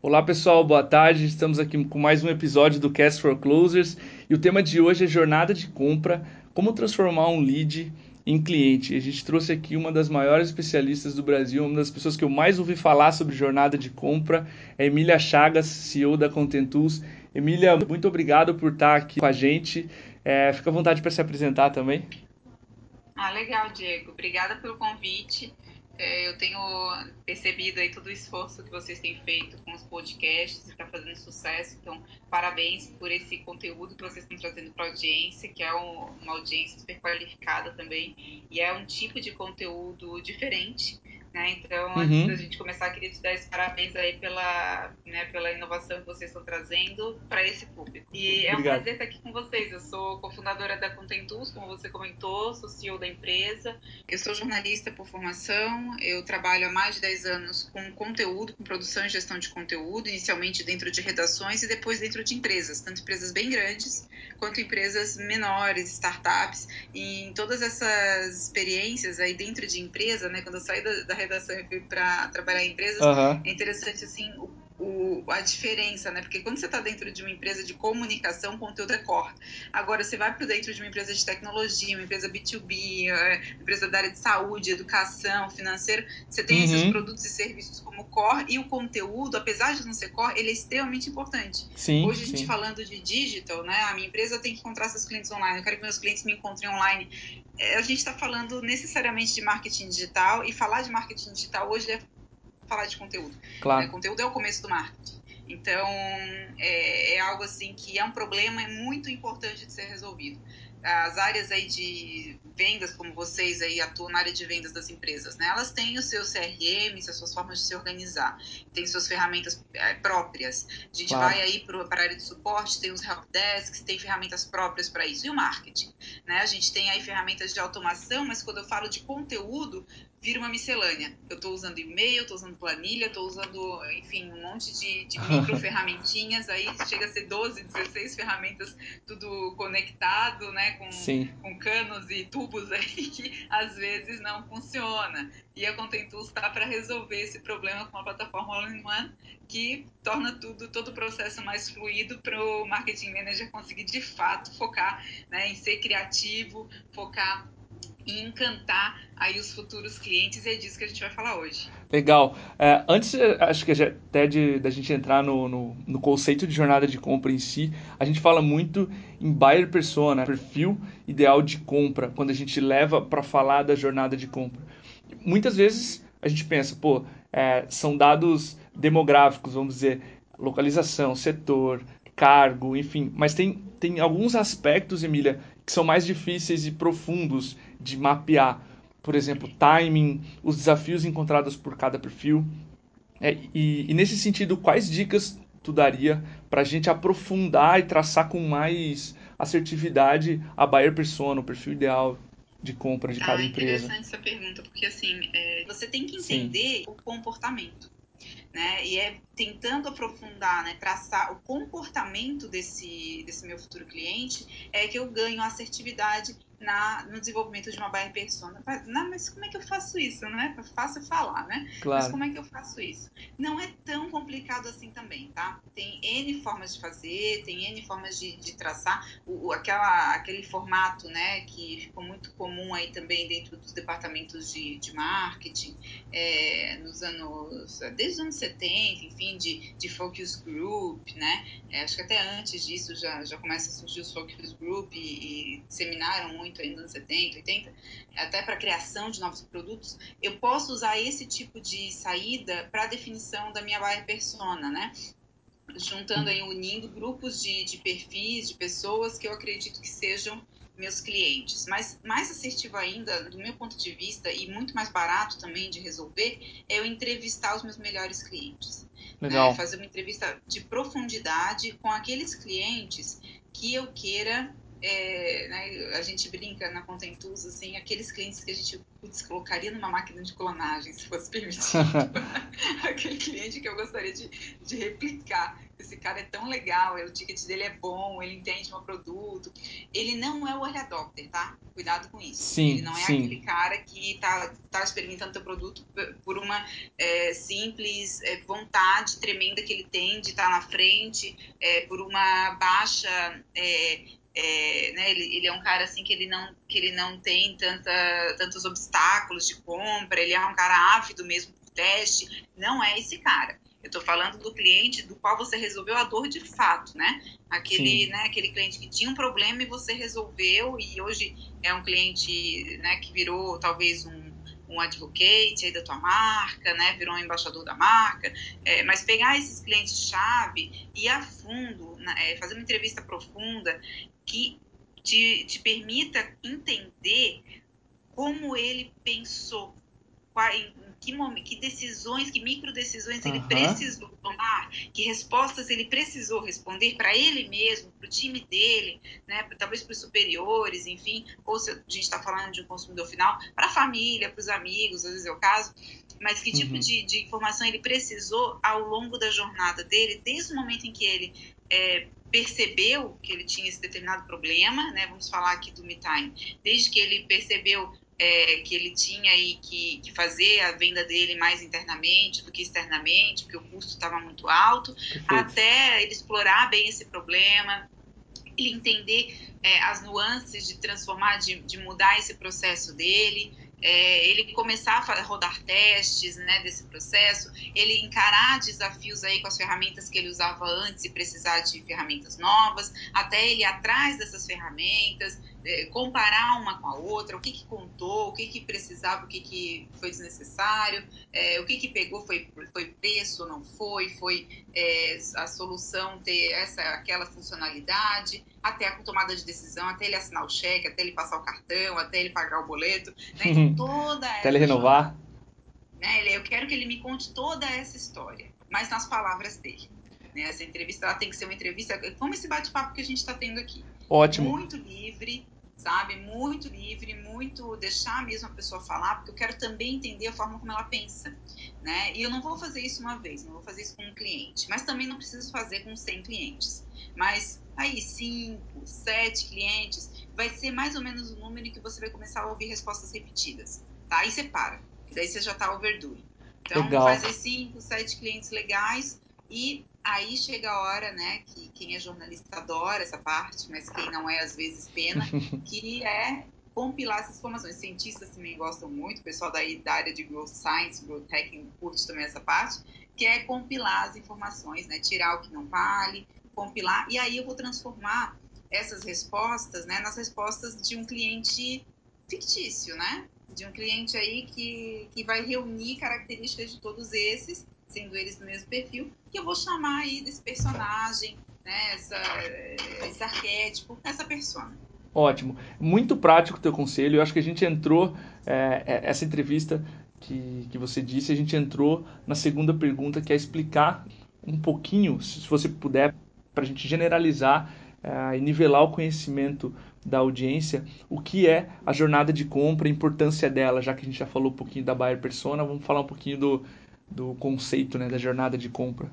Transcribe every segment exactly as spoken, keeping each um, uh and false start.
Olá pessoal, boa tarde. Estamos aqui com mais um episódio do Cast for Closers e o tema de hoje é jornada de compra, como transformar um lead em cliente. A gente trouxe aqui uma das maiores especialistas do Brasil, uma das pessoas que eu mais ouvi falar sobre jornada de compra, é a Emília Chagas, C E O da Content Tools. Emília, muito obrigado por estar aqui com a gente. É, fica à vontade para se apresentar também. Ah, legal, Diego. Obrigada pelo convite. É, eu tenho percebido aí todo o esforço que vocês têm feito com os podcasts e está fazendo sucesso. Então, parabéns por esse conteúdo que vocês estão trazendo para a audiência, que é um, uma audiência super qualificada também. E é um tipo de conteúdo diferente, né? Então, antes da Uhum, gente começar, queria te dar esse parabéns aí pela, né, pela inovação que vocês estão trazendo para esse público. E é um obrigado. prazer estar aqui com vocês. Eu sou cofundadora da Content Tools, como você comentou, sou C E O da empresa. Eu sou jornalista por formação, eu trabalho há mais de dez anos com conteúdo, com produção e gestão de conteúdo, inicialmente dentro de redações e depois dentro de empresas, tanto empresas bem grandes quanto empresas menores, startups. E em todas essas experiências aí dentro de empresa, né, quando eu saí da, da redação e fui para trabalhar em empresas, Aham. é interessante assim o, o, a diferença, né? Porque quando você está dentro de uma empresa de comunicação, o conteúdo é core. Agora, você vai para dentro de uma empresa de tecnologia, uma empresa B dois B, uma empresa da área de saúde, educação, financeiro, você tem esses Uhum. produtos e serviços como core e o conteúdo, apesar de não ser core, ele é extremamente importante. Sim, Hoje a gente sim. falando de digital, né? A minha empresa tem que encontrar seus clientes online, eu quero que meus clientes me encontrem online. A gente está falando necessariamente de marketing digital e falar de marketing digital hoje é falar de conteúdo, né? Claro. Conteúdo é o começo do marketing. Então, é, é algo assim que é um problema, é muito importante de ser resolvido. As áreas aí de vendas, como vocês aí atuam na área de vendas das empresas, né? Elas têm os seus C R Ms, as suas formas de se organizar, têm suas ferramentas é, próprias. A gente Claro. vai aí para a área de suporte, tem os helpdesks, tem ferramentas próprias para isso. E o marketing, né? A gente tem aí ferramentas de automação, mas quando eu falo de conteúdo, vira uma miscelânea. Eu estou usando e-mail, estou usando planilha, estou usando, enfim, um monte de, de micro ferramentinhas, aí chega a ser doze, dezesseis ferramentas, tudo conectado, né, com, Sim. com canos e tubos aí que às vezes não funciona. E a Content Tools está para resolver esse problema com uma plataforma all-in-one que torna tudo, todo o processo mais fluido para o marketing manager conseguir de fato focar, né, em ser criativo, focar e encantar aí os futuros clientes, e é disso que a gente vai falar hoje. Legal. É, antes, eh, acho que já- até de, da gente entrar no, no, no conceito de jornada de compra em si, a gente fala muito em buyer persona, perfil ideal de compra, quando a gente leva para falar da jornada de compra. Muitas vezes a gente pensa, pô, é, são dados demográficos, vamos dizer, localização, setor, cargo, enfim, mas tem, tem alguns aspectos, Emília, que são mais difíceis e profundos de mapear. Por exemplo, timing, os desafios encontrados por cada perfil. É, e, e nesse sentido, quais dicas tu daria para a gente aprofundar e traçar com mais assertividade a buyer persona, o perfil ideal de compra de cada Ah, empresa? interessante essa pergunta, porque assim, é, você tem que Sim, entender o comportamento, né? E é tentando aprofundar, né, traçar o comportamento desse, desse meu futuro cliente, é que eu ganho assertividade na, no desenvolvimento de uma buyer persona. Não, mas como é que eu faço isso? Não é fácil falar, né? Mas claro. como é que eu faço isso? Não é tão complicado assim também, tá? Tem N formas de fazer, tem N formas de, de traçar. O, aquela, aquele formato, né, que ficou muito comum aí também dentro dos departamentos de, de marketing, é, nos anos, desde os anos setenta, enfim, de, de focus group, né? É, acho que até antes disso já, já começa a surgir os focus group e, e disseminaram muito aí nos anos setenta, oitenta, até para a criação de novos produtos. Eu posso usar esse tipo de saída para a definição da minha buyer persona, né? Juntando aí, unindo grupos de, de perfis, de pessoas que eu acredito que sejam meus clientes. Mas mais assertivo ainda, do meu ponto de vista, e muito mais barato também de resolver, é eu entrevistar os meus melhores clientes. Né? Legal. Fazer uma entrevista de profundidade com aqueles clientes que eu queira é, né, a gente brinca na Contentus, assim, aqueles clientes que a gente putz, colocaria numa máquina de clonagem, se fosse permitido. Aquele cliente que eu gostaria de, de replicar. Esse cara é tão legal, o ticket dele é bom, ele entende meu produto. Ele não é o early adopter, tá? Cuidado com isso. Ele Sim, não é sim. aquele cara que tá, tá experimentando teu produto por uma é, simples é, vontade tremenda que ele tem de estar na frente, é, por uma baixa... É, é, né, ele, ele é um cara assim que ele não, que ele não tem tanta, tantos obstáculos de compra, ele é um cara ávido mesmo por teste, não é esse cara. Eu estou falando do cliente do qual você resolveu a dor de fato, né? Aquele, né, aquele cliente que tinha um problema e você resolveu, e hoje é um cliente, né, que virou talvez um, um advocate aí da tua marca, né, virou um embaixador da marca, é, mas pegar esses clientes-chave e ir a fundo, né, é, fazer uma entrevista profunda que te, te permita entender como ele pensou, qual, em, em que, momento, que decisões, que micro decisões ele Aham. precisou tomar, que respostas ele precisou responder para ele mesmo, para o time dele, né, talvez para os superiores, enfim, ou se a gente está falando de um consumidor final, para a família, para os amigos, às vezes é o caso, mas que tipo Uhum. de, de informação ele precisou ao longo da jornada dele, desde o momento em que ele é, percebeu que ele tinha esse determinado problema, né, vamos falar aqui do MeTime, desde que ele percebeu é, que ele tinha aí que, que fazer a venda dele mais internamente do que externamente, porque o custo estava muito alto, Perfeito. até ele explorar bem esse problema, ele entender é, as nuances de transformar, de, de mudar esse processo dele, é, ele começar a rodar testes, né, desse processo, ele encarar desafios aí com as ferramentas que ele usava antes e precisar de ferramentas novas, até ele ir atrás dessas ferramentas, é, comparar uma com a outra, o que que contou, o que que precisava, o que que foi desnecessário, é, o que que pegou foi, foi preço ou não foi, foi é, a solução ter essa, aquela funcionalidade, até a tomada de decisão, até ele assinar o cheque, até ele passar o cartão, até ele pagar o boleto, né? Então toda essa até ele renovar. jornada, né? Eu quero que ele me conte toda essa história, mas nas palavras dele. Né? Essa entrevista ela tem que ser uma entrevista como esse bate-papo que a gente está tendo aqui. Ótimo. Muito livre, sabe? Muito livre, muito deixar mesmo a pessoa falar, porque eu quero também entender a forma como ela pensa, né? E eu não vou fazer isso uma vez, não vou fazer isso com um cliente, mas também não preciso fazer com cem clientes. Mas aí, cinco, sete clientes, vai ser mais ou menos o número em que você vai começar a ouvir respostas repetidas, tá? Aí você para, e daí você já tá overdoing. Então, Legal. fazer cinco, sete clientes legais e aí chega a hora, né, que quem é jornalista adora essa parte, mas quem não é, às vezes, pena, que é compilar essas informações. Cientistas também gostam muito, o pessoal daí da área de Growth Science, Growth Hacking curte também essa parte, que é compilar as informações, né, tirar o que não vale, compilar, e aí eu vou transformar essas respostas, né, nas respostas de um cliente fictício, né, de um cliente aí que, que vai reunir características de todos esses, sendo eles do mesmo perfil, que eu vou chamar aí desse personagem, né, essa, esse arquétipo, essa persona. Ótimo. Muito prático o teu conselho. Eu acho que a gente entrou, é, essa entrevista que, que você disse, a gente entrou na segunda pergunta, que é explicar um pouquinho, se você puder, para a gente generalizar é, e nivelar o conhecimento da audiência, o que é a jornada de compra, a importância dela, já que a gente já falou um pouquinho da buyer persona, vamos falar um pouquinho do, do conceito, né, da jornada de compra.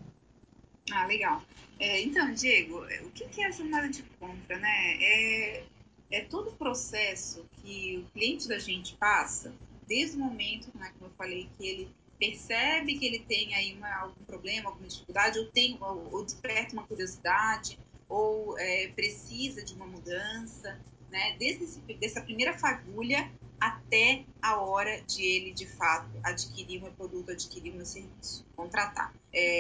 Ah, legal. É, então, Diego, o que é a jornada de compra, né? É, é todo o processo que o cliente da gente passa, desde o momento, né, como eu falei, que ele percebe que ele tem aí uma, algum problema, alguma dificuldade, ou, tem, ou, ou desperta uma curiosidade, ou é, precisa de uma mudança, né? Desde esse, dessa primeira fagulha até a hora de ele, de fato, adquirir o meu produto, adquirir o meu serviço, contratar.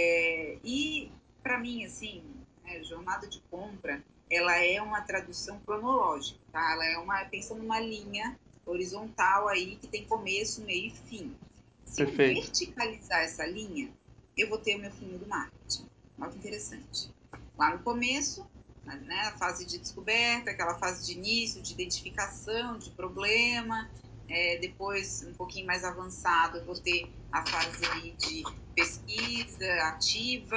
É, e, para mim, assim, né, jornada de compra, ela é uma tradução cronológica, tá? Ela é uma, pensa numa linha horizontal aí que tem começo, meio e fim. Se eu Perfeito. verticalizar essa linha, eu vou ter o meu funil do marketing. Olha que interessante. Lá no começo, né, a fase de descoberta, aquela fase de início, de identificação de problema, é, depois, um pouquinho mais avançado, eu vou ter a fase aí de pesquisa ativa,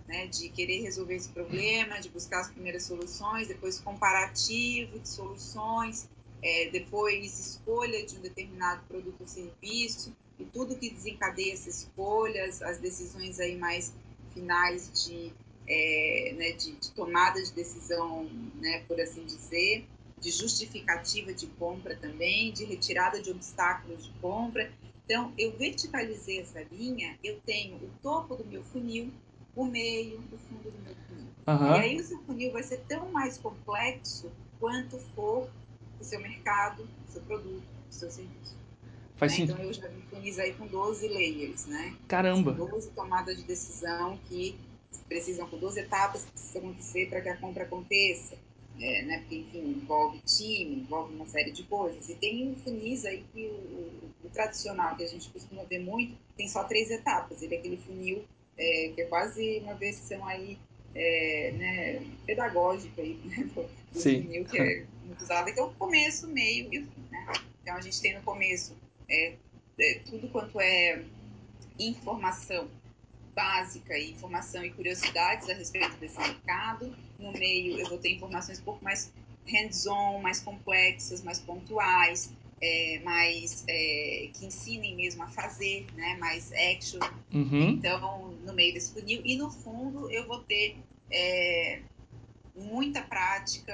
né, de querer resolver esse problema, de buscar as primeiras soluções, depois comparativo de soluções, é, depois escolha de um determinado produto ou serviço, e tudo que desencadeia essas escolhas, as decisões aí mais finais de, é, né, de, de tomada de decisão, né, por assim dizer, de justificativa de compra também, de retirada de obstáculos de compra. Então, eu verticalizei essa linha, eu tenho o topo do meu funil, o meio, o fundo do meu funil. Uhum. E aí o seu funil vai ser tão mais complexo quanto for o seu mercado, o seu produto, o seu serviço. Faz Né? sim. Então, eu já vi funis aí com doze layers, né? Caramba! São doze tomadas de decisão que precisam, com doze etapas que precisam acontecer para que a compra aconteça. É, né? Porque, enfim, envolve time, envolve uma série de coisas. E tem funis aí que o, o, o tradicional, que a gente costuma ver muito, tem só três etapas. Ele é aquele funil é, que é quase uma versão aí, é, né, pedagógica aí, né, do, do funil, que é muito usado, que é o começo, o meio e o fim, né? Então, a gente tem no começo é, é, tudo quanto é informação básica, informação e curiosidades a respeito desse mercado. No meio, eu vou ter informações um pouco mais hands-on, mais complexas, mais pontuais, é, mais é, que ensinem mesmo a fazer, né, mais action. Uhum. Então, no meio desse funil. E no fundo, eu vou ter é, muita prática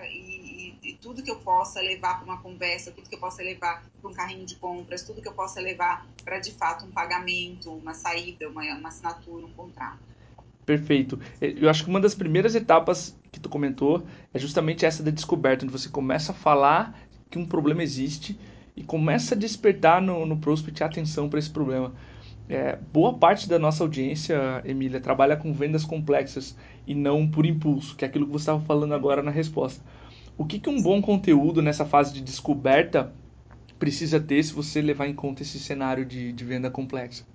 e, e, e tudo que eu possa levar para uma conversa, tudo que eu possa levar para um carrinho de compras, tudo que eu possa levar para, de fato, um pagamento, uma saída, uma, uma assinatura, um contrato. Perfeito. Eu acho que uma das primeiras etapas que tu comentou é justamente essa da descoberta, onde você começa a falar que um problema existe e começa a despertar no, no prospect a atenção para esse problema. É, boa parte da nossa audiência, Emília, trabalha com vendas complexas e não por impulso, que é aquilo que você estava falando agora na resposta. O que, que um bom conteúdo nessa fase de descoberta precisa ter se você levar em conta esse cenário de, de venda complexa?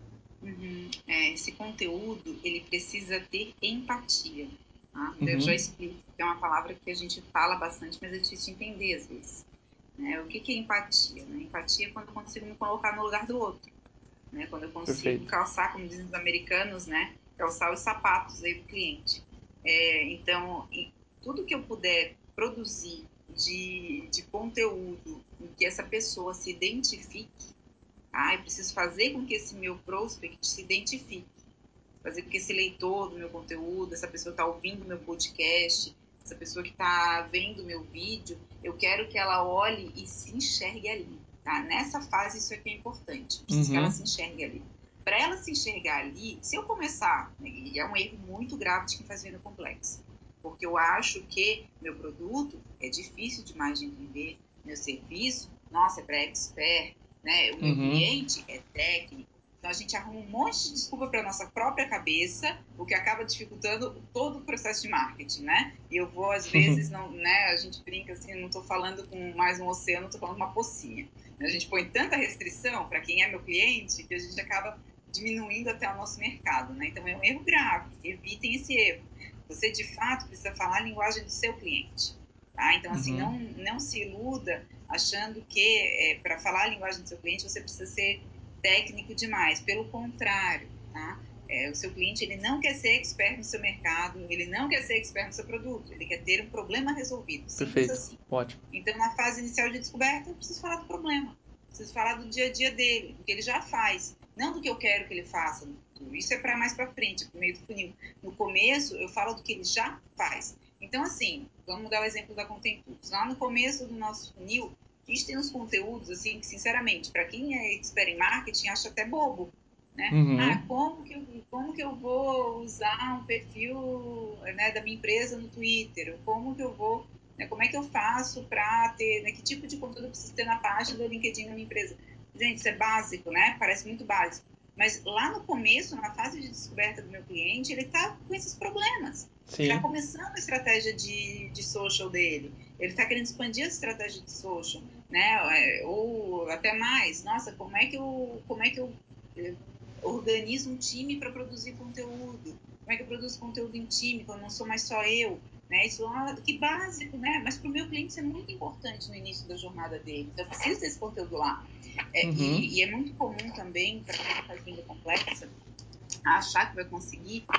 Uhum. É, esse conteúdo, ele precisa ter empatia. Tá? Uhum. Eu já explico, que é uma palavra que a gente fala bastante, mas é difícil de entender às vezes. Né? O que, que é empatia? Né? Empatia é quando eu consigo me colocar no lugar do outro. Né? Quando eu consigo Perfeito. calçar, como dizem os americanos, né? Calçar os sapatos aí do cliente. É, então, tudo que eu puder produzir de, de conteúdo em que essa pessoa se identifique, tá? Eu preciso fazer com que esse meu prospect se identifique, fazer com que esse leitor do meu conteúdo, essa pessoa que está ouvindo o meu podcast, essa pessoa que está vendo o meu vídeo, eu quero que ela olhe e se enxergue ali. Tá? Nessa fase, isso aqui é importante. Eu preciso uhum. que ela se enxergue ali. Para ela se enxergar ali, se eu começar, e é um erro muito grave de quem faz venda complexa, porque eu acho que meu produto é difícil demais de entender, meu serviço, nossa, é para expert, né? O meu uhum. cliente é técnico. Então, a gente arruma um monte de desculpa para a nossa própria cabeça, o que acaba dificultando todo o processo de marketing, né? E eu vou, às vezes, não, né? A gente brinca assim, não estou falando com mais um oceano, estou falando com uma pocinha. A gente põe tanta restrição para quem é meu cliente que a gente acaba diminuindo até o nosso mercado, né? Então, é um erro grave. Evitem esse erro. Você, de fato, precisa falar a linguagem do seu cliente. Tá? Então, assim, uhum. não, não se iluda achando que é, para falar a linguagem do seu cliente você precisa ser técnico demais. Pelo contrário, tá? É, o seu cliente ele não quer ser expert no seu mercado, ele não quer ser expert no seu produto, ele quer ter um problema resolvido. Simples Perfeito. assim. Ótimo. Então, na fase inicial de descoberta, eu preciso falar do problema, preciso falar do dia a dia dele, do que ele já faz, não do que eu quero que ele faça no futuro. Isso é para mais para frente, no meio do funil. No começo, eu falo do que ele já faz. Então, assim, vamos dar o exemplo da Contentudos. Lá no começo do nosso funil, a gente tem uns conteúdos, assim, que, sinceramente, para quem é expert em marketing, acha até bobo, né? Uhum. Ah, como que, eu, como que eu vou usar um perfil, né, da minha empresa no Twitter? Como que eu vou, né, como é que eu faço para ter, né, que tipo de conteúdo eu preciso ter na página do LinkedIn da minha empresa? Gente, isso é básico, né? Parece muito básico. Mas lá no começo, na fase de descoberta do meu cliente, ele está com esses problemas. Sim. Já começando a estratégia de, de social dele. Ele está querendo expandir a estratégia de social, né? Ou até mais. Nossa, como é que eu, como é que eu organizo um time para produzir conteúdo? Como é que eu produzo conteúdo em time, quando não sou mais só eu? Né? Isso é que básico, né? Mas para o meu cliente isso é muito importante no início da jornada dele. Então, eu preciso desse conteúdo lá. É, uhum. e, e é muito comum também, para quem faz venda complexa, achar que vai conseguir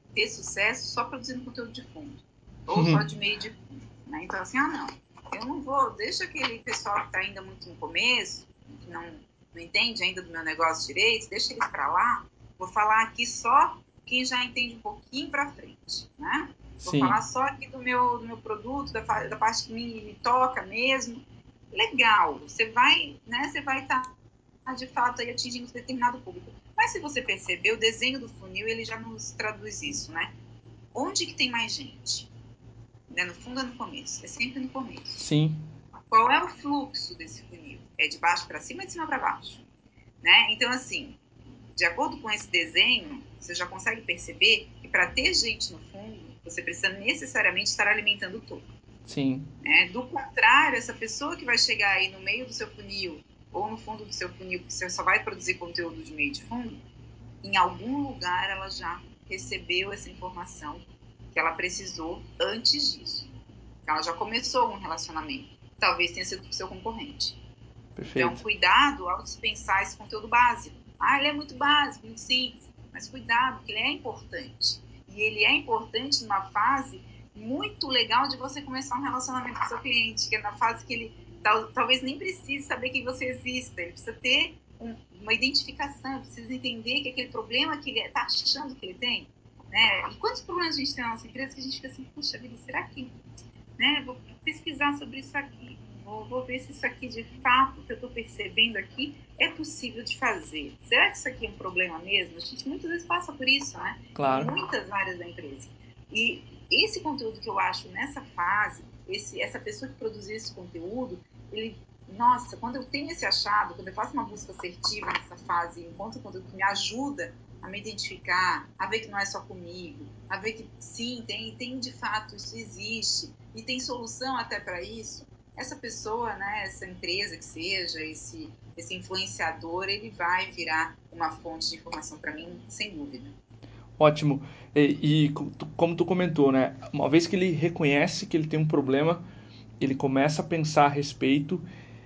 ter sucesso só produzindo conteúdo de fundo, ou só de meio de fundo, né? Então, assim, ah, não, eu não vou, deixa aquele pessoal que está ainda muito no começo, que não, não entende ainda do meu negócio direito, deixa eles para lá, vou falar aqui só quem já entende um pouquinho para frente, né? Vou Sim. falar só aqui do meu, do meu produto, da, da parte que me, me toca mesmo. Legal, você vai, né, você vai estar, tá, de fato, aí, atingindo um determinado público. Mas se você perceber, o desenho do funil, ele já nos traduz isso, né? Onde que tem mais gente? Né? No fundo ou no começo? É sempre no começo. Sim. Qual é o fluxo desse funil? É de baixo para cima ou de cima para baixo? Né? Então, assim, de acordo com esse desenho, você já consegue perceber que para ter gente no fundo, você precisa necessariamente estar alimentando o topo. Sim. Né? Do contrário, essa pessoa que vai chegar aí no meio do seu funil ou no fundo do seu funil, que você só vai produzir conteúdo de meio de fundo, em algum lugar ela já recebeu essa informação que ela precisou antes disso. Ela já começou um relacionamento. Talvez tenha sido com o seu concorrente. Perfeito. Então, cuidado ao dispensar esse conteúdo básico. Ah, ele é muito básico, muito simples. Mas cuidado, porque ele é importante. E ele é importante numa fase muito legal de você começar um relacionamento com o seu cliente, que é na fase que ele tal, talvez nem precise saber que você exista. Ele precisa ter um, uma identificação, precisa entender que aquele problema que ele está achando que ele tem, né? E quantos problemas a gente tem na nossa empresa que a gente fica assim, puxa vida, será que, né? Vou pesquisar sobre isso aqui, vou, vou ver se isso aqui de fato que eu estou percebendo aqui é possível de fazer. Será que isso aqui é um problema mesmo? A gente muitas vezes passa por isso, né? Claro. Em muitas áreas da empresa. E esse conteúdo que eu acho nessa fase, esse, essa pessoa que produziu esse conteúdo, ele, nossa, quando eu tenho esse achado, quando eu faço uma busca assertiva nessa fase, encontro um conteúdo que me ajuda a me identificar, a ver que não é só comigo, a ver que sim, tem, tem de fato, isso existe, e tem solução até para isso, essa pessoa, né, essa empresa que seja, esse, esse influenciador, ele vai virar uma fonte de informação para mim, sem dúvida. Ótimo. E, e como tu comentou, né? Uma vez que ele reconhece que ele tem um problema, ele começa a pensar a respeito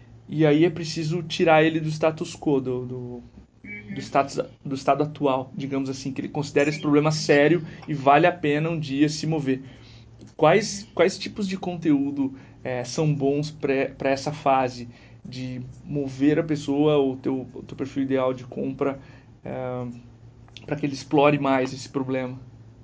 e aí é preciso tirar ele do status quo, do, do, uhum. do, status, do estado atual, digamos assim, que ele considera Sim. esse problema sério e vale a pena um dia se mover. Quais, uhum. quais tipos de conteúdo é, são bons para essa fase de mover a pessoa, o teu, o teu perfil ideal de compra, é, para que ele explore mais esse problema?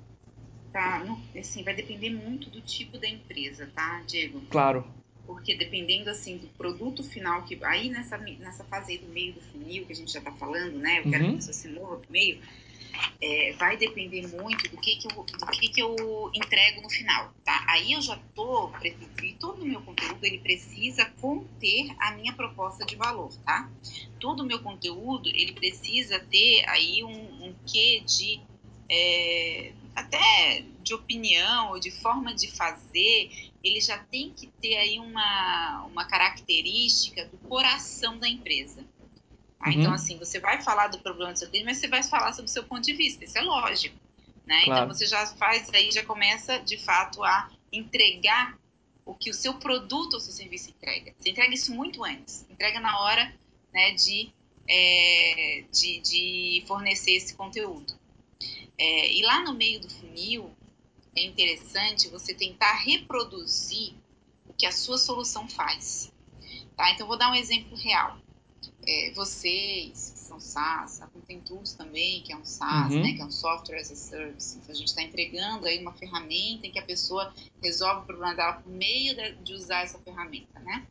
Tá, não, assim, vai depender muito do tipo da empresa, tá, Diego? Claro. Porque dependendo, assim, do produto final, que aí nessa, nessa fase aí do meio do funil, que a gente já tá falando, né, eu quero uhum. que a pessoa se mova pro meio, é, vai depender muito do que que eu, do que que eu entrego no final, tá? Aí eu já tô, e todo o meu conteúdo, ele precisa conter a minha proposta de valor, tá? Todo o meu conteúdo, ele precisa ter aí um, um quê de... É, até de opinião ou de forma de fazer, ele já tem que ter aí uma, uma característica do coração da empresa. Tá? Uhum. Então, assim, você vai falar do problema do seu cliente, mas você vai falar sobre o seu ponto de vista, isso é lógico. Né? Claro. Então, você já faz aí, já começa, de fato, a entregar o que o seu produto ou seu serviço entrega. Você entrega isso muito antes, entrega na hora, né, de, é, de, de fornecer esse conteúdo. É, e lá no meio do funil, é interessante você tentar reproduzir o que a sua solução faz. Tá? Então, vou dar um exemplo real. É, vocês que são SaaS, a Contentools também, que é um SaaS, uhum. né, que é um Software as a Service. Então, a gente está entregando aí uma ferramenta em que a pessoa resolve o problema dela por meio de, de usar essa ferramenta. Né?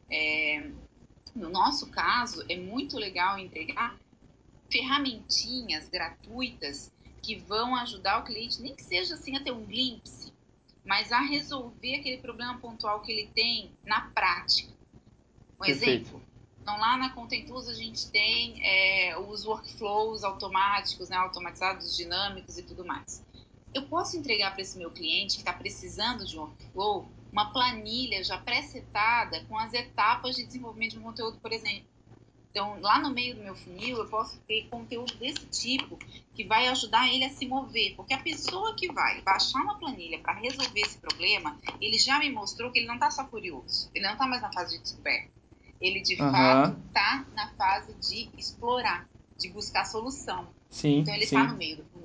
É, no nosso caso, é muito legal entregar ferramentinhas gratuitas que vão ajudar o cliente, nem que seja assim a ter um glimpse, mas a resolver aquele problema pontual que ele tem na prática. Um Perfeito. Exemplo, então lá na Contentools a gente tem é, os workflows automáticos, né, automatizados, dinâmicos e tudo mais. Eu posso entregar para esse meu cliente que está precisando de um workflow uma planilha já pré-setada com as etapas de desenvolvimento de um conteúdo, por exemplo. Então, lá no meio do meu funil, eu posso ter conteúdo desse tipo que vai ajudar ele a se mover. Porque a pessoa que vai baixar uma planilha para resolver esse problema, ele já me mostrou que ele não está só curioso. Ele não está mais na fase de descoberta. Ele, de uhum. fato, está na fase de explorar, de buscar solução. Sim, então, ele sim. está no meio do funil.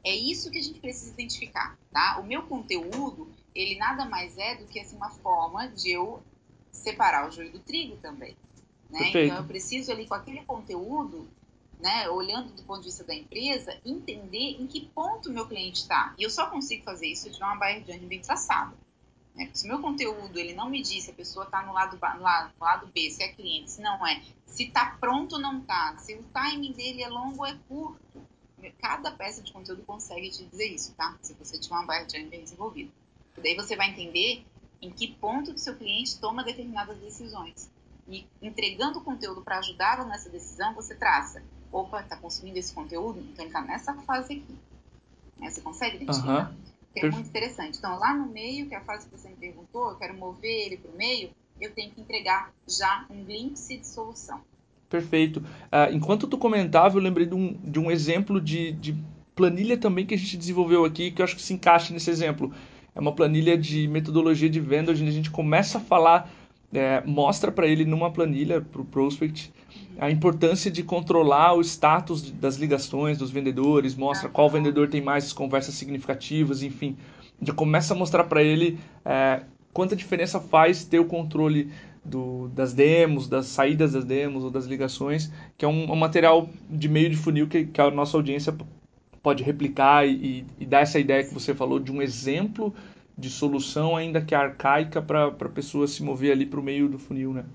É isso que a gente precisa identificar, tá? O meu conteúdo, ele nada mais é do que assim, uma forma de eu separar o joio do trigo também, né? Então, Perfeito. eu preciso ali, com aquele conteúdo, né, olhando do ponto de vista da empresa, entender em que ponto o meu cliente está. E eu só consigo fazer isso se eu tiver uma buyer journey bem traçada. Né? Se o meu conteúdo ele não me diz se a pessoa está no lado, no lado B, se é cliente, se não é, se está pronto ou não está, se o timing dele é longo ou é curto. Cada peça de conteúdo consegue te dizer isso, tá? Se você tiver uma buyer journey bem desenvolvida. E daí você vai entender em que ponto que seu cliente toma determinadas decisões. E entregando o conteúdo para ajudá-lo nessa decisão, você traça. Opa, está consumindo esse conteúdo? Então ele está nessa fase aqui. Né? Você consegue identificar? Aham. Que é Perfe- muito interessante. Então, lá no meio, que é a fase que você me perguntou, eu quero mover ele para o meio, eu tenho que entregar já um glimpse de solução. Perfeito. Ah, enquanto tu comentava, eu lembrei de um, de um exemplo de, de planilha também que a gente desenvolveu aqui, que eu acho que se encaixa nesse exemplo. É uma planilha de metodologia de venda, onde a gente começa a falar, é, mostra para ele numa planilha, para o prospect, a importância de controlar o status das ligações dos vendedores, mostra qual Uhum. vendedor tem mais conversas significativas, enfim. Já começa a mostrar para ele é, quanta diferença faz ter o controle do, das demos, das saídas das demos ou das ligações, que é um, um material de meio de funil que, que a nossa audiência pode replicar e, e dar essa ideia que você falou de um exemplo de solução, ainda que arcaica, para a pessoa se mover ali para o meio do funil, né?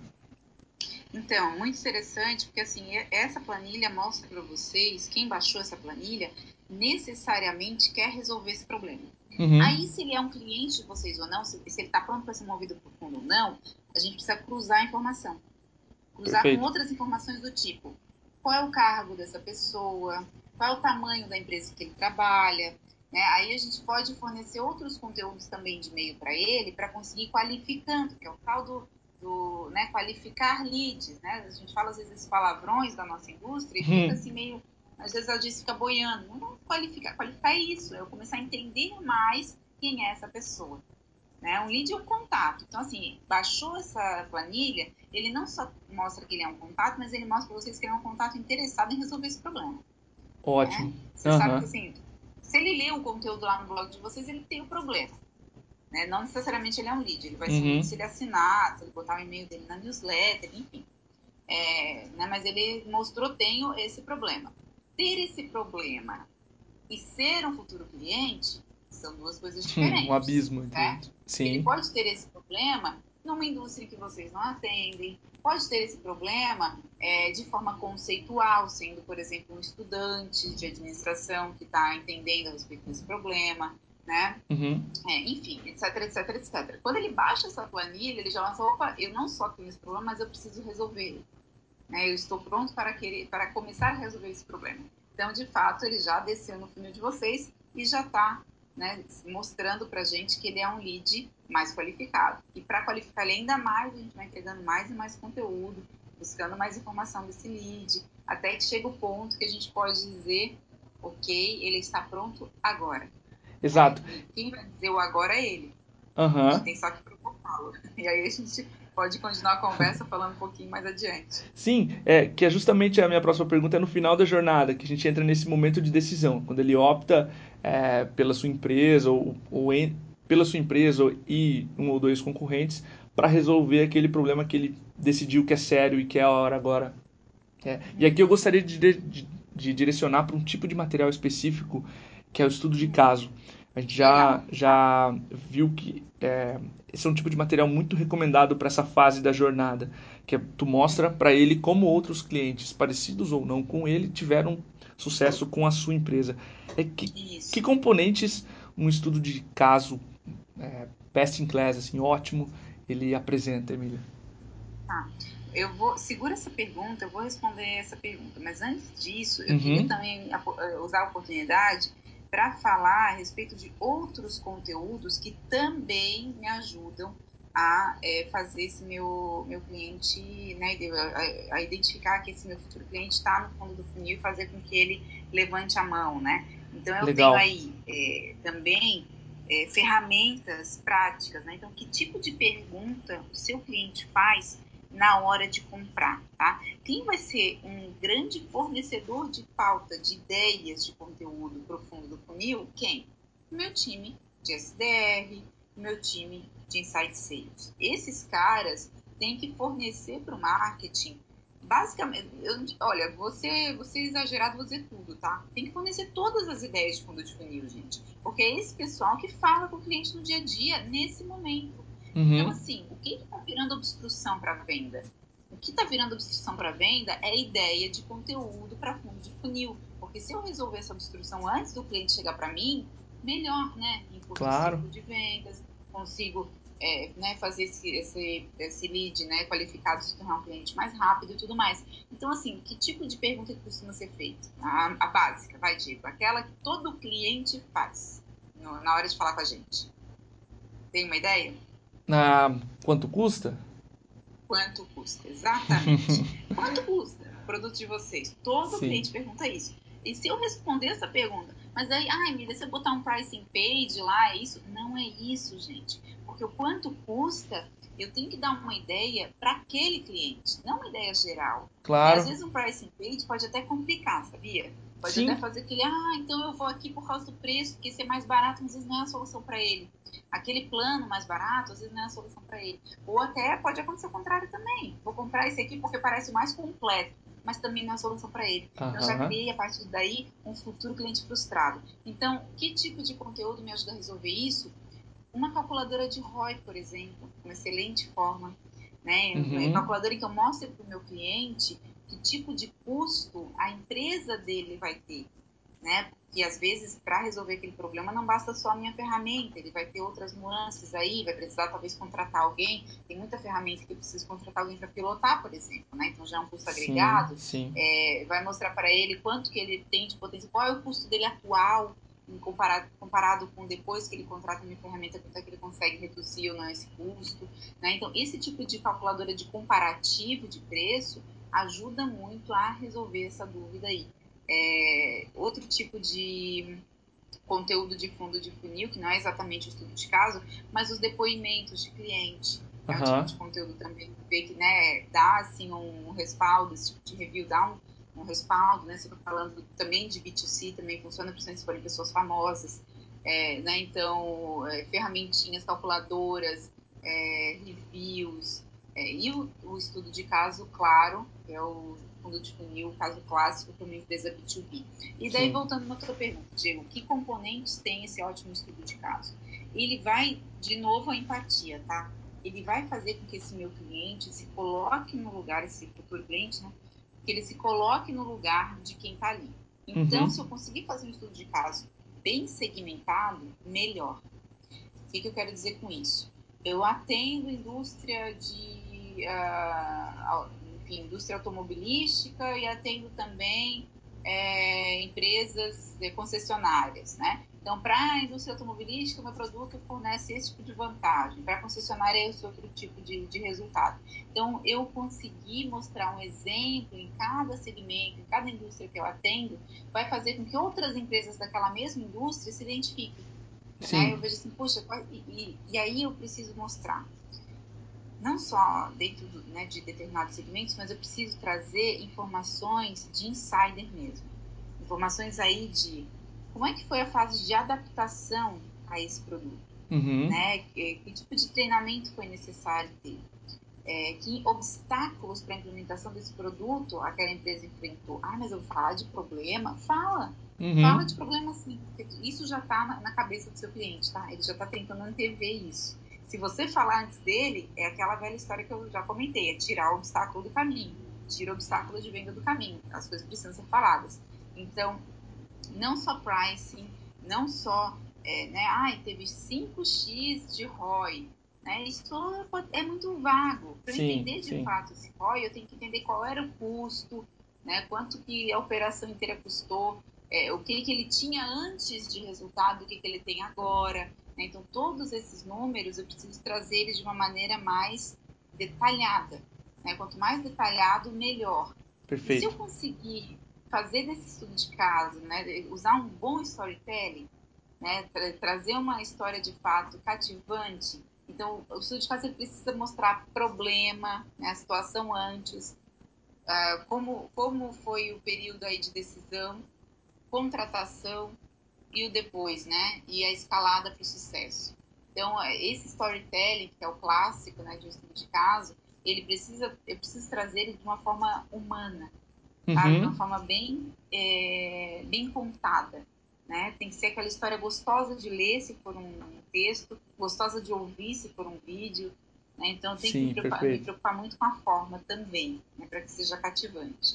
Então, muito interessante, porque assim, essa planilha mostra para vocês, quem baixou essa planilha, necessariamente quer resolver esse problema. Uhum. Aí, se ele é um cliente de vocês ou não, se, se ele está pronto para ser movido por fundo ou não, a gente precisa cruzar a informação. Cruzar com Perfeito. outras informações do tipo, qual é o cargo dessa pessoa, qual é o tamanho da empresa que ele trabalha, né? Aí a gente pode fornecer outros conteúdos também de e-mail para ele, para conseguir qualificando, que é o tal do, do né, qualificar leads, né? A gente fala às vezes esses palavrões da nossa indústria e fica Uhum. assim meio, às vezes a gente fica boiando. Não, não qualificar, qualificar é isso, é eu começar a entender mais quem é essa pessoa. Né? Um lead é um contato. Então, assim, baixou essa planilha, ele não só mostra que ele é um contato, mas ele mostra para vocês que ele é um contato interessado em resolver esse problema. Né? Ótimo. Você sabe que, Aham. assim, se ele lê o conteúdo lá no blog de vocês, ele tem o problema. Né? Não necessariamente ele é um lead, ele vai ser um lead Uhum. se ele assinar, se ele botar o e-mail dele na newsletter, enfim. É, né? Mas ele mostrou, tenho esse problema. Ter esse problema e ser um futuro cliente são duas coisas Hum, um diferentes, abismo entre. certo? Ele Sim. pode ter esse problema numa indústria que vocês não atendem, pode ter esse problema é, de forma conceitual, sendo, por exemplo, um estudante de administração que está entendendo a respeito desse problema, né? Uhum. É, enfim, etc, etc, etcétera. Quando ele baixa essa planilha, ele já lança, opa, eu não só tenho esse problema, mas eu preciso resolver ele. Né? Eu estou pronto para, querer, para começar a resolver esse problema. Então, de fato, ele já desceu no funil de vocês e já está, né, mostrando para a gente que ele é um lead mais qualificado. E para qualificar ele ainda mais, a gente vai entregando mais e mais conteúdo, buscando mais informação desse lead, até que chega o ponto que a gente pode dizer, ok, ele está pronto agora. Né? Exato. E quem vai dizer o agora é ele. A gente Aham. tem só que provocá-lo. E aí a gente pode continuar a conversa falando um pouquinho mais adiante. Sim, é que é justamente a minha próxima pergunta é no final da jornada, que a gente entra nesse momento de decisão, quando ele opta é, pela sua empresa ou, ou em- pela sua empresa e um ou dois concorrentes para resolver aquele problema que ele decidiu que é sério e que é a hora agora. É. E aqui eu Uhum. gostaria de, de, de direcionar para um tipo de material específico, que é o estudo de caso. A gente já, Legal, tá? já viu que é, esse é um tipo de material muito recomendado para essa fase da jornada, que é, tu mostra para ele como outros clientes, parecidos ou não com ele, tiveram sucesso com a sua empresa. É, que, que Isso. componentes um estudo de caso é, best in class, assim, ótimo, ele apresenta, Emília? Tá. Eu vou, segura essa pergunta, eu vou responder essa pergunta, mas antes disso, eu queria Uhum, também eh, usar a oportunidade para falar a respeito de outros conteúdos que também me ajudam a é, fazer esse meu, meu cliente, né, a, a identificar que esse meu futuro cliente está no fundo do funil e fazer com que ele levante a mão, né? Então, eu tenho legal. aí é, também é, ferramentas práticas, né? Então, que tipo de pergunta o seu cliente faz na hora de comprar, tá? Quem vai ser um grande fornecedor de pauta, de ideias de conteúdo profundo do funil? Quem? O meu time de S D R, o meu time de Insight Sales. Esses caras têm que fornecer para o marketing. Basicamente, eu, olha, você, você exagerado, vou dizer tudo, tá? Tem que fornecer todas as ideias de fundo de funil, gente. Porque é esse pessoal que fala com o cliente no dia a dia, nesse momento. Uhum. Então, assim, o que está virando obstrução para a venda? O que está virando obstrução para a venda é a ideia de conteúdo para fundo de funil. Porque se eu resolver essa obstrução antes do cliente chegar para mim, melhor, né? Encurto o Claro. ciclo de vendas, consigo é, né, fazer esse, esse, esse lead, né, qualificado se tornar um cliente mais rápido e tudo mais. Então, assim, que tipo de pergunta que costuma ser feita? A, a básica, vai, Diego, aquela que todo cliente faz no, na hora de falar com a gente. Tem uma ideia? Ah, quanto custa? Quanto custa? Exatamente. Quanto custa o produto de vocês? Todo Sim. cliente pergunta isso. E se eu responder essa pergunta, mas aí, ai, Miriam, se eu botar um pricing page lá, é isso? Não é isso, gente. Porque o quanto custa, eu tenho que dar uma ideia para aquele cliente, não uma ideia geral. Claro. E às vezes um pricing page pode até complicar, sabia? Pode Sim. até fazer aquele, ah, então eu vou aqui por causa do preço, porque esse é mais barato, mas às vezes não é a solução para ele. Aquele plano mais barato, às vezes não é a solução para ele. Ou até pode acontecer o contrário também. Vou comprar esse aqui porque parece mais completo, mas também não é a solução para ele. Uhum. Eu já criei, a partir daí, um futuro cliente frustrado. Então, que tipo de conteúdo me ajuda a resolver isso? Uma calculadora de R O I, por exemplo, uma excelente forma. Né? Uhum. Uma calculadora em que eu mostre para o meu cliente que tipo de custo a empresa dele vai ter. Né? Que às vezes, para resolver aquele problema, não basta só a minha ferramenta, ele vai ter outras nuances aí, vai precisar talvez contratar alguém. Tem muita ferramenta que eu preciso contratar alguém para pilotar, por exemplo, né? Então já é um custo Sim, agregado. sim. É, vai mostrar para ele quanto que ele tem de potencial, qual é o custo dele atual, comparado, comparado com depois que ele contrata uma ferramenta, quanto é que ele consegue reduzir ou não esse custo. Né? Então, esse tipo de calculadora de comparativo de preço ajuda muito a resolver essa dúvida aí. É, outro tipo de conteúdo de fundo de funil, que não é exatamente o estudo de caso, mas os depoimentos de cliente. É um Uhum. tipo de conteúdo também que né, dá assim, um respaldo, esse tipo de review dá um, um respaldo, né? Você está falando também de B dois C, também funciona, principalmente se forem pessoas famosas. É, né? Então, é, ferramentinhas, calculadoras, é, reviews, é, e o, o estudo de caso, claro, que é o fundo de funil, o caso clássico para uma empresa B dois B. E daí, Sim. voltando na tua pergunta, Diego, que componentes tem esse ótimo estudo de caso? Ele vai, de novo, a empatia, tá? Ele vai fazer com que esse meu cliente se coloque no lugar, esse futuro cliente, né? Que ele se coloque no lugar de quem está ali. Então, Uhum. se eu conseguir fazer um estudo de caso bem segmentado, melhor. O que, que eu quero dizer com isso? Eu atendo indústria de, uh, enfim, indústria automobilística e atendo também é, empresas concessionárias, né? Então, para a indústria automobilística, meu produto fornece esse tipo de vantagem. Para a concessionária, é esse outro tipo de, de resultado. Então, eu consegui mostrar um exemplo em cada segmento, em cada indústria que eu atendo, vai fazer com que outras empresas daquela mesma indústria se identifiquem. Né? Sim. Eu vejo assim, puxa, e, e, e aí eu preciso mostrar, não só dentro do, né, de determinados segmentos, mas eu preciso trazer informações de insider mesmo. Informações aí de como é que foi a fase de adaptação a esse produto. Uhum. Né? Que, que tipo de treinamento foi necessário ter. É, que obstáculos para a implementação desse produto aquela empresa enfrentou. Ah, mas eu vou falar de problema? Fala! Uhum. Fala de problema sim, porque isso já está na, na cabeça do seu cliente, tá? Ele já está tentando antever isso. Se você falar antes dele, é aquela velha história que eu já comentei, é tirar o obstáculo do caminho. Tira o obstáculo de venda do caminho. As coisas precisam ser faladas. Então, não só pricing, não só, é, né, ai, teve cinco x de R O I, né, isso é muito vago. Para eu Sim, entender de sim. fato esse R O I, eu tenho que entender qual era o custo, né, quanto que a operação inteira custou, é, o que, que ele tinha antes de resultado, o que, que ele tem agora. Né? Então, todos esses números eu preciso trazer eles de uma maneira mais detalhada. Né? Quanto mais detalhado, melhor. E se eu Perfeito. conseguir fazer desse estudo de caso, né, usar um bom storytelling, né, tra trazer uma história de fato cativante Então, o estudo de caso ele precisa mostrar problema, né, a situação antes, uh, como, como foi o período aí de decisão, contratação e o depois, né? E a escalada para o sucesso. Então, esse storytelling, que é o clássico, né, de um estudo de caso, ele precisa, eu preciso trazer ele de uma forma humana, sabe? De uma Uhum. forma bem, é, bem contada, né? Tem que ser aquela história gostosa de ler, se for um texto, gostosa de ouvir, se for um vídeo, né? Então, tem que me Sim, preocupar, me perfeito. preocupar muito com a forma também, né, para que seja cativante.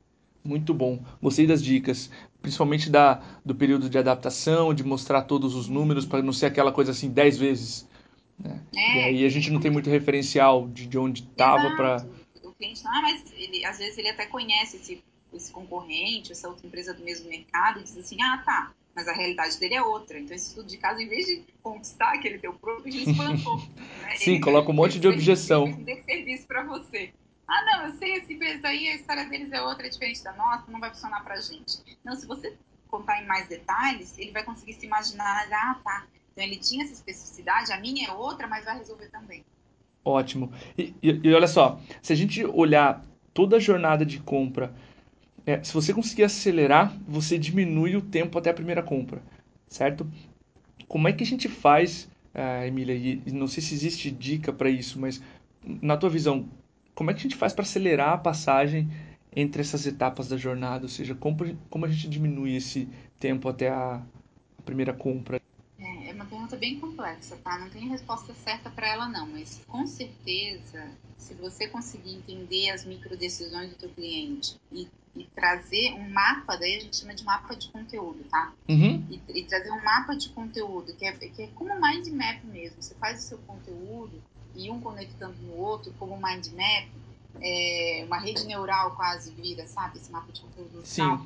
Muito bom. Gostei das dicas, principalmente da, do período de adaptação, de mostrar todos os números, para não ser aquela coisa assim dez vezes, né? E É, aí a gente não tem muito referencial de, de onde estava para. exato. O cliente, não, ah, mas ele, às vezes ele até conhece esse, esse concorrente, essa outra empresa do mesmo mercado, e diz assim, ah, tá, mas a realidade dele é outra. Então, esse estudo de caso, em vez de conquistar aquele teu produto, ele espantou. Né? Sim, Ele coloca um monte fez, de fez, objeção. fez um desserviço para você. Ah, não, eu sei, essa empresa aí, a história deles é outra, é diferente da nossa, não vai funcionar pra gente. Não, se você contar em mais detalhes, ele vai conseguir se imaginar, ah, tá, então ele tinha essa especificidade, a minha é outra, mas vai resolver também. Ótimo. E, e, e olha só, se a gente olhar toda a jornada de compra, é, se você conseguir acelerar, você diminui o tempo até a primeira compra, certo? Como é que a gente faz, ah, Emília, e e não sei se existe dica para isso, mas na tua visão, como é que a gente faz para acelerar a passagem entre essas etapas da jornada? Ou seja, como, como a gente diminui esse tempo até a, a primeira compra? É, é uma pergunta bem complexa, tá? Não tem resposta certa para ela, não, mas com certeza, se você conseguir entender as microdecisões do teu cliente e, e trazer um mapa, daí a gente chama de mapa de conteúdo, tá? Uhum, E, e trazer um mapa de conteúdo, que é, que é como um mind map mesmo. Você faz o seu conteúdo e um conectando no outro, como um mind map, é, uma rede neural quase vira, sabe? Esse mapa de conteúdo no final. sim,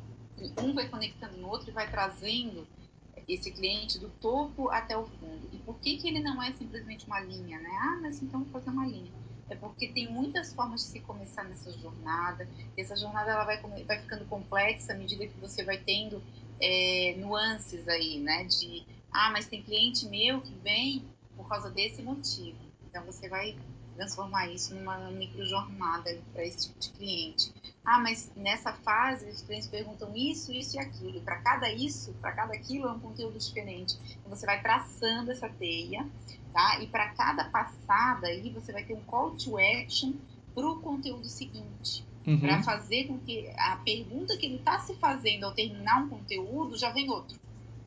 E um vai conectando no outro e vai trazendo esse cliente do topo até o fundo. E por que, que ele não é simplesmente uma linha, né? Ah, mas então vou fazer uma linha. É porque tem muitas formas de se começar nessa jornada. Essa jornada ela vai, vai ficando complexa à medida que você vai tendo é, nuances aí, né? De, ah, mas tem cliente meu que vem por causa desse motivo. Então você vai transformar isso numa microjornada para esse tipo de cliente. Ah, mas nessa fase os clientes perguntam isso, isso e aquilo. E para cada isso, para cada aquilo é um conteúdo diferente. Então você vai traçando essa teia, tá? E para cada passada aí você vai ter um call to action para o conteúdo seguinte. Para uhum, fazer com que a pergunta que ele está se fazendo ao terminar um conteúdo já vem outro,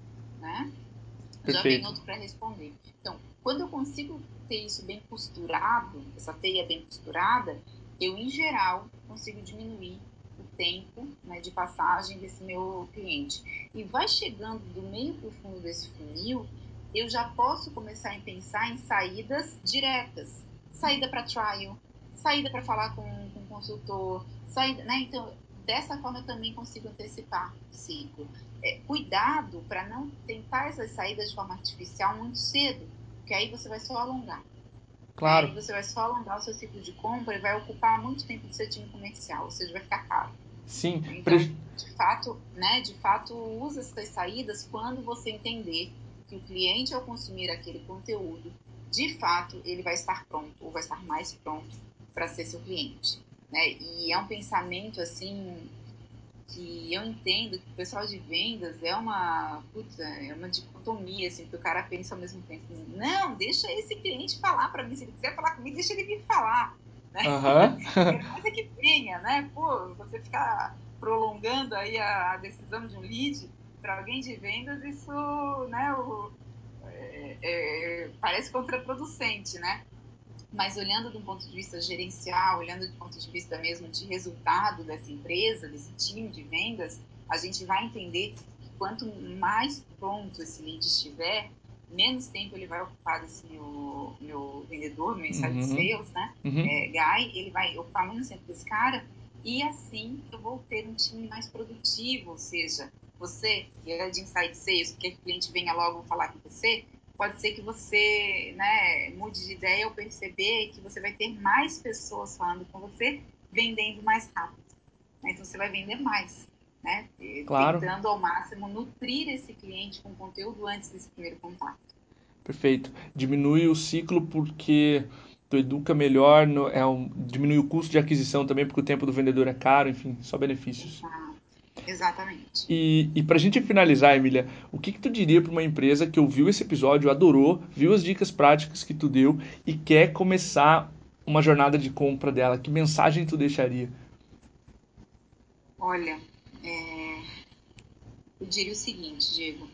né? Já vem perfeito. outro para responder. Então, quando eu consigo ter isso bem costurado, essa teia bem costurada, eu, em geral, consigo diminuir o tempo, né, de passagem desse meu cliente. E vai chegando do meio para o fundo desse funil, eu já posso começar a pensar em saídas diretas. Saída para trial, saída para falar com, com o consultor, saída, né? Então, dessa forma eu também consigo antecipar o ciclo. É, cuidado para não tentar essas saídas de forma artificial muito cedo, porque aí você vai só alongar. Né? Aí Claro, você vai só alongar o seu ciclo de compra e vai ocupar muito tempo do seu time comercial, ou seja, vai ficar caro. sim. Então, Preju- de fato, né, de fato, usa essas saídas quando você entender que o cliente, ao consumir aquele conteúdo, de fato, ele vai estar pronto, ou vai estar mais pronto para ser seu cliente. Né? E é um pensamento, assim, que eu entendo que o pessoal de vendas é uma, putz, é uma dicotomia, assim, que o cara pensa ao mesmo tempo, não, deixa esse cliente falar para mim, se ele quiser falar comigo, deixa ele vir falar, né? Aham. Eu quero mais é que venha, né? Pô, você ficar prolongando aí a, a decisão de um lead para alguém de vendas, isso, né, o, é, é, parece contraproducente, né? Mas olhando de um ponto de vista gerencial, olhando do ponto de vista mesmo de resultado dessa empresa, desse time de vendas, a gente vai entender que quanto mais pronto esse lead estiver, menos tempo ele vai ocupar desse meu, meu vendedor, meu inside Uhum, sales, né? uhum. É, guy, ele vai ocupar menos tempo desse cara e assim eu vou ter um time mais produtivo, ou seja, você que é de inside sales, que o cliente venha logo falar com você, pode ser que você, né, mude de ideia ou perceber que você vai ter mais pessoas falando com você, vendendo mais rápido. Né? Então, você vai vender mais, né? Claro. Tentando ao máximo nutrir esse cliente com conteúdo antes desse primeiro contato. Perfeito. Diminui o ciclo porque tu educa melhor, no- é um, diminui o custo de aquisição também, porque o tempo do vendedor é caro, enfim, só benefícios. Exato. Exatamente. E, e para a gente finalizar, Emília, o que que tu diria para uma empresa que ouviu esse episódio, adorou, viu as dicas práticas que tu deu e quer começar uma jornada de compra dela? Que mensagem tu deixaria? Olha, é, eu diria o seguinte, Diego,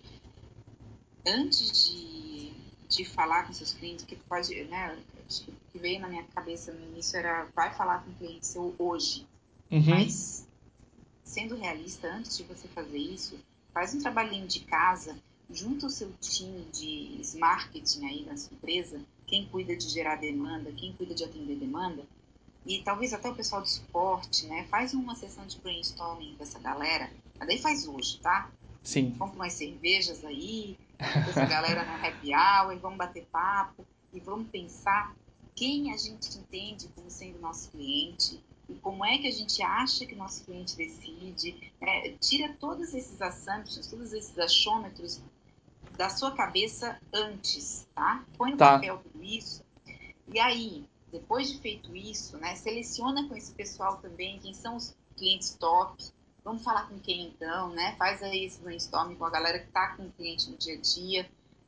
antes de, de falar com seus clientes, que pode, né, acho que o que veio na minha cabeça no início era vai falar com o cliente seu hoje, Uhum. mas sendo realista, antes de você fazer isso, faz um trabalhinho de casa, junta o seu time de marketing aí na sua empresa, quem cuida de gerar demanda, quem cuida de atender demanda, e talvez até o pessoal de suporte, né? Faz uma sessão de brainstorming com essa galera, mas daí faz hoje, tá? Sim. Compra umas cervejas aí, junta essa galera no happy hour, e vamos bater papo, e vamos pensar quem a gente entende como sendo nosso cliente, e como é que a gente acha que nosso cliente decide. É, tira todos esses assumptions, todos esses achômetros da sua cabeça antes, tá? Põe no Tá. papel tudo isso, e aí, depois de feito isso, né, seleciona com esse pessoal também quem são os clientes top. Vamos falar com quem então, né? Faz aí esse brainstorming com a galera que está com o cliente no dia a dia.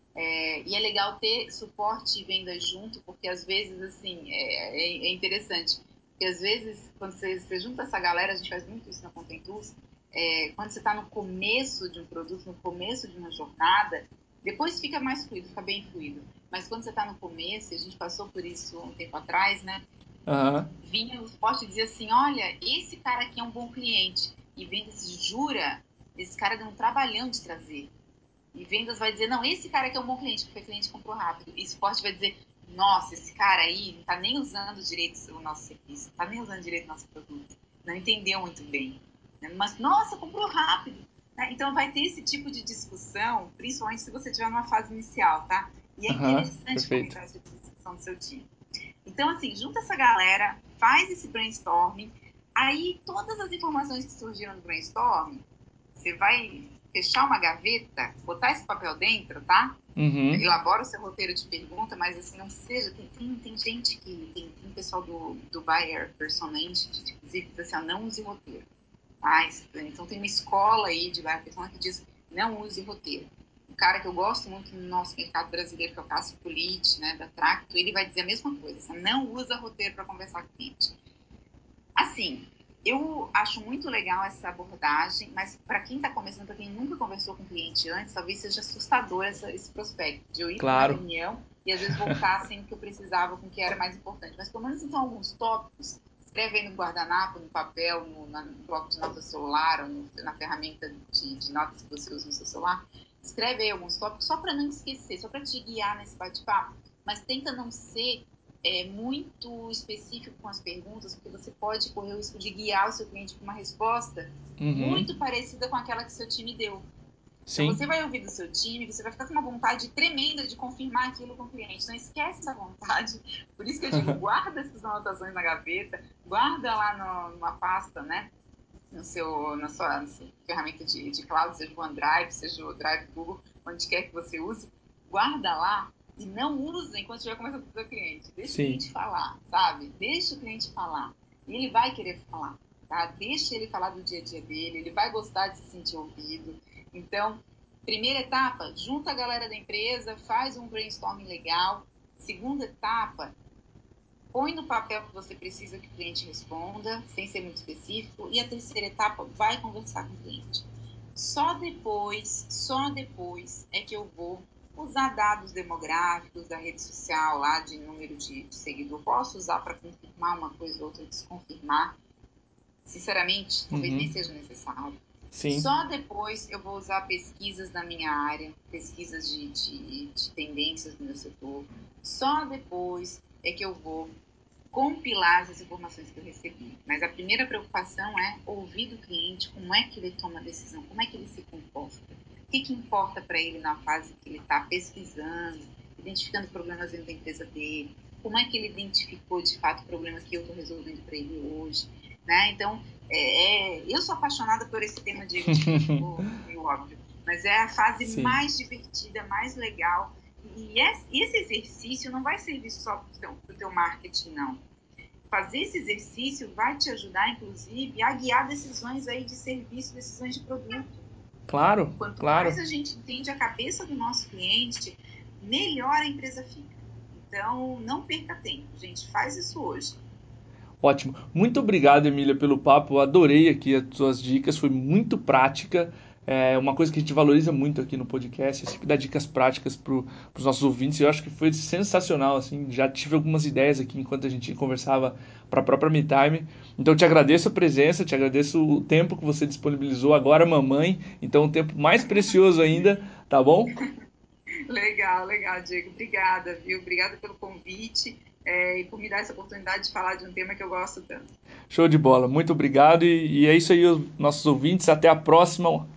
É, e é legal ter suporte e venda junto, porque às vezes, assim, é, é, é interessante. Porque às vezes, quando você, você junta essa galera, a gente faz muito isso na Contentus, é, quando você está no começo de um produto, no começo de uma jornada, depois fica mais fluido, fica bem fluido. Mas quando você está no começo, e a gente passou por isso um tempo atrás, né? Aham. Vinha o suporte e dizia assim, olha, esse cara aqui é um bom cliente. E vendas jura, esse cara deu um trabalhão de trazer. E vendas vai dizer, não, esse cara aqui é um bom cliente, porque o cliente comprou rápido. E suporte vai dizer, nossa, esse cara aí não está nem usando direito o nosso serviço, não está nem usando direito o nosso produto, não entendeu muito bem. Mas, nossa, comprou rápido. Então vai ter esse tipo de discussão, principalmente se você estiver numa fase inicial, tá? E é Aham. interessante Perfeito. comentar essa discussão do seu time. Então, assim, junta essa galera, faz esse brainstorming, aí todas as informações que surgiram no brainstorming, você vai fechar uma gaveta, botar esse papel dentro, tá? Uhum. Elabora o seu roteiro de pergunta, mas assim, não seja. Tem, tem, tem gente que. Tem, tem pessoal do, do Buyer Persona Institute, inclusive, que diz assim: ó, não use roteiro. Tá? Então tem uma escola aí de Buyer Persona que diz: não use roteiro. Um cara que eu gosto muito no nosso mercado brasileiro, que é o Cássio Politi, né, da Tracto, ele vai dizer a mesma coisa: assim, não usa roteiro para conversar com o cliente. Assim, eu acho muito legal essa abordagem, mas para quem está começando, para quem nunca conversou com cliente antes, talvez seja assustador essa, esse prospecto de eu ir para uma Claro. reunião e às vezes voltar sem o que eu precisava, com o que era mais importante. Mas pelo menos então alguns tópicos, escreve aí no guardanapo, no papel, no, na, no bloco de notas celular, ou no, na ferramenta de, de notas que você usa no seu celular. Escreve aí alguns tópicos só para não esquecer, só para te guiar nesse bate-papo. Mas tenta não ser é, muito específico com as perguntas, porque você pode correr o risco de guiar o seu cliente para uma resposta Uhum. muito parecida com aquela que seu time deu. Então Sim. você vai ouvir do seu time, você vai ficar com uma vontade tremenda de confirmar aquilo com o cliente. Não esquece essa vontade. Por isso que eu digo, guarda essas anotações na gaveta, guarda lá no, numa pasta, né? No seu, na sua, na sua ferramenta de, de cloud, seja o OneDrive, seja o Drive Google, onde quer que você use, guarda lá e não usa enquanto estiver conversando com o seu cliente. Deixa o Sim. cliente falar, sabe? Deixa o cliente falar. E ele vai querer falar, tá? Deixa ele falar do dia a dia dele, ele vai gostar de se sentir ouvido. Então, primeira etapa, junta a galera da empresa, faz um brainstorming legal. Segunda etapa, põe no papel que você precisa que o cliente responda, sem ser muito específico. E a terceira etapa, vai conversar com o cliente. Só depois, só depois é que eu vou usar dados demográficos da rede social lá de número de, de seguidor. Posso usar para confirmar uma coisa ou outra, desconfirmar. Sinceramente, talvez nem Uhum. seja necessário. Sim. Só depois eu vou usar pesquisas da minha área, pesquisas de, de, de tendências do meu setor. Só depois é que eu vou compilar as informações que eu recebi. Mas a primeira preocupação é ouvir do cliente como é que ele toma a decisão, como é que ele se comporta. O que, que importa para ele na fase que ele está pesquisando, identificando problemas dentro da empresa dele, como é que ele identificou de fato problemas que eu estou resolvendo para ele hoje. Né? Então, é, é, eu sou apaixonada por esse tema, Diego, acho que ficou meio óbvio, mas é a fase Sim. mais divertida, mais legal, E esse exercício não vai servir só para o teu marketing, não. Fazer esse exercício vai te ajudar, inclusive, a guiar decisões aí de serviço, decisões de produto. Claro, Quanto claro. mais a gente entende a cabeça do nosso cliente, melhor a empresa fica. Então, não perca tempo, gente. Faz isso hoje. Ótimo. Muito obrigado, Emília, pelo papo. Eu adorei aqui as suas dicas, foi muito prática. É uma coisa que a gente valoriza muito aqui no podcast, é sempre dar dicas práticas para os nossos ouvintes. E eu acho que foi sensacional, assim. Já tive algumas ideias aqui enquanto a gente conversava para a própria MeTime. Então, eu te agradeço a presença, te agradeço o tempo que você disponibilizou. Agora, mamãe, então um tempo mais precioso ainda, tá bom? Legal, legal, Diego. Obrigada, viu? Obrigada pelo convite é, e por me dar essa oportunidade de falar de um tema que eu gosto tanto. Show de bola. Muito obrigado. E, e é isso aí, os nossos ouvintes. Até a próxima.